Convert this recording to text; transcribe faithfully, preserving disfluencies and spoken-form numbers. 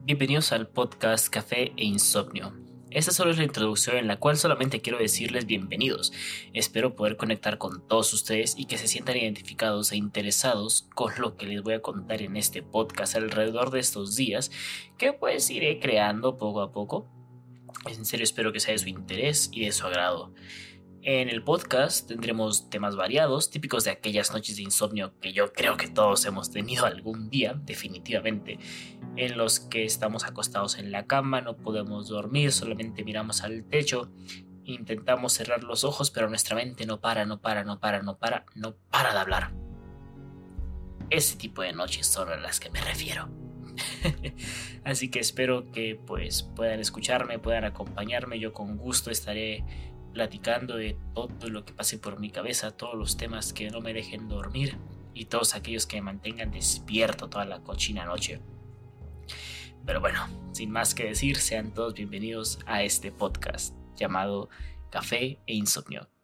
Bienvenidos al podcast Café e Insomnio. Esta solo es la introducción en la cual solamente quiero decirles bienvenidos. Espero poder conectar con todos ustedes y que se sientan identificados e interesados con lo que les voy a contar en este podcast alrededor de estos días, que pues iré creando poco a poco. En serio espero que sea de su interés y de su agrado. En el podcast tendremos temas variados, típicos de aquellas noches de insomnio que yo creo que todos hemos tenido algún día, definitivamente, en los que estamos acostados en la cama, no podemos dormir, solamente miramos al techo, intentamos cerrar los ojos, pero nuestra mente no para, no para, no para, no para, no para de hablar. Ese tipo de noches son a las que me refiero. Así que espero que pues puedan escucharme, puedan acompañarme. Yo con gusto estaré platicando de todo lo que pase por mi cabeza, todos los temas que no me dejen dormir y todos aquellos que me mantengan despierto toda la cochina noche. Pero bueno, sin más que decir, sean todos bienvenidos a este podcast llamado Café e Insomnio.